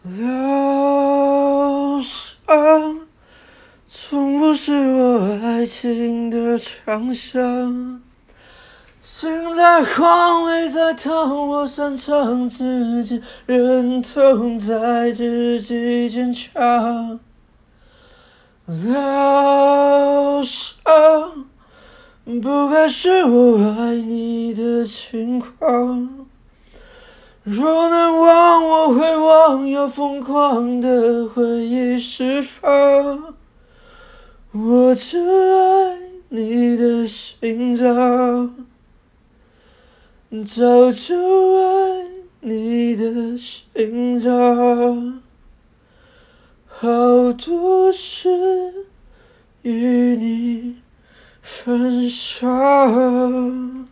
疗伤从不是我爱情的强项，心在慌，泪在淌，我擅长自己忍痛在自己坚强。疗伤不该是我爱你的情况，若能忘我会忘，要疯狂的回忆释放。我只爱你的心脏，早就爱你的心脏，好多事与你分享。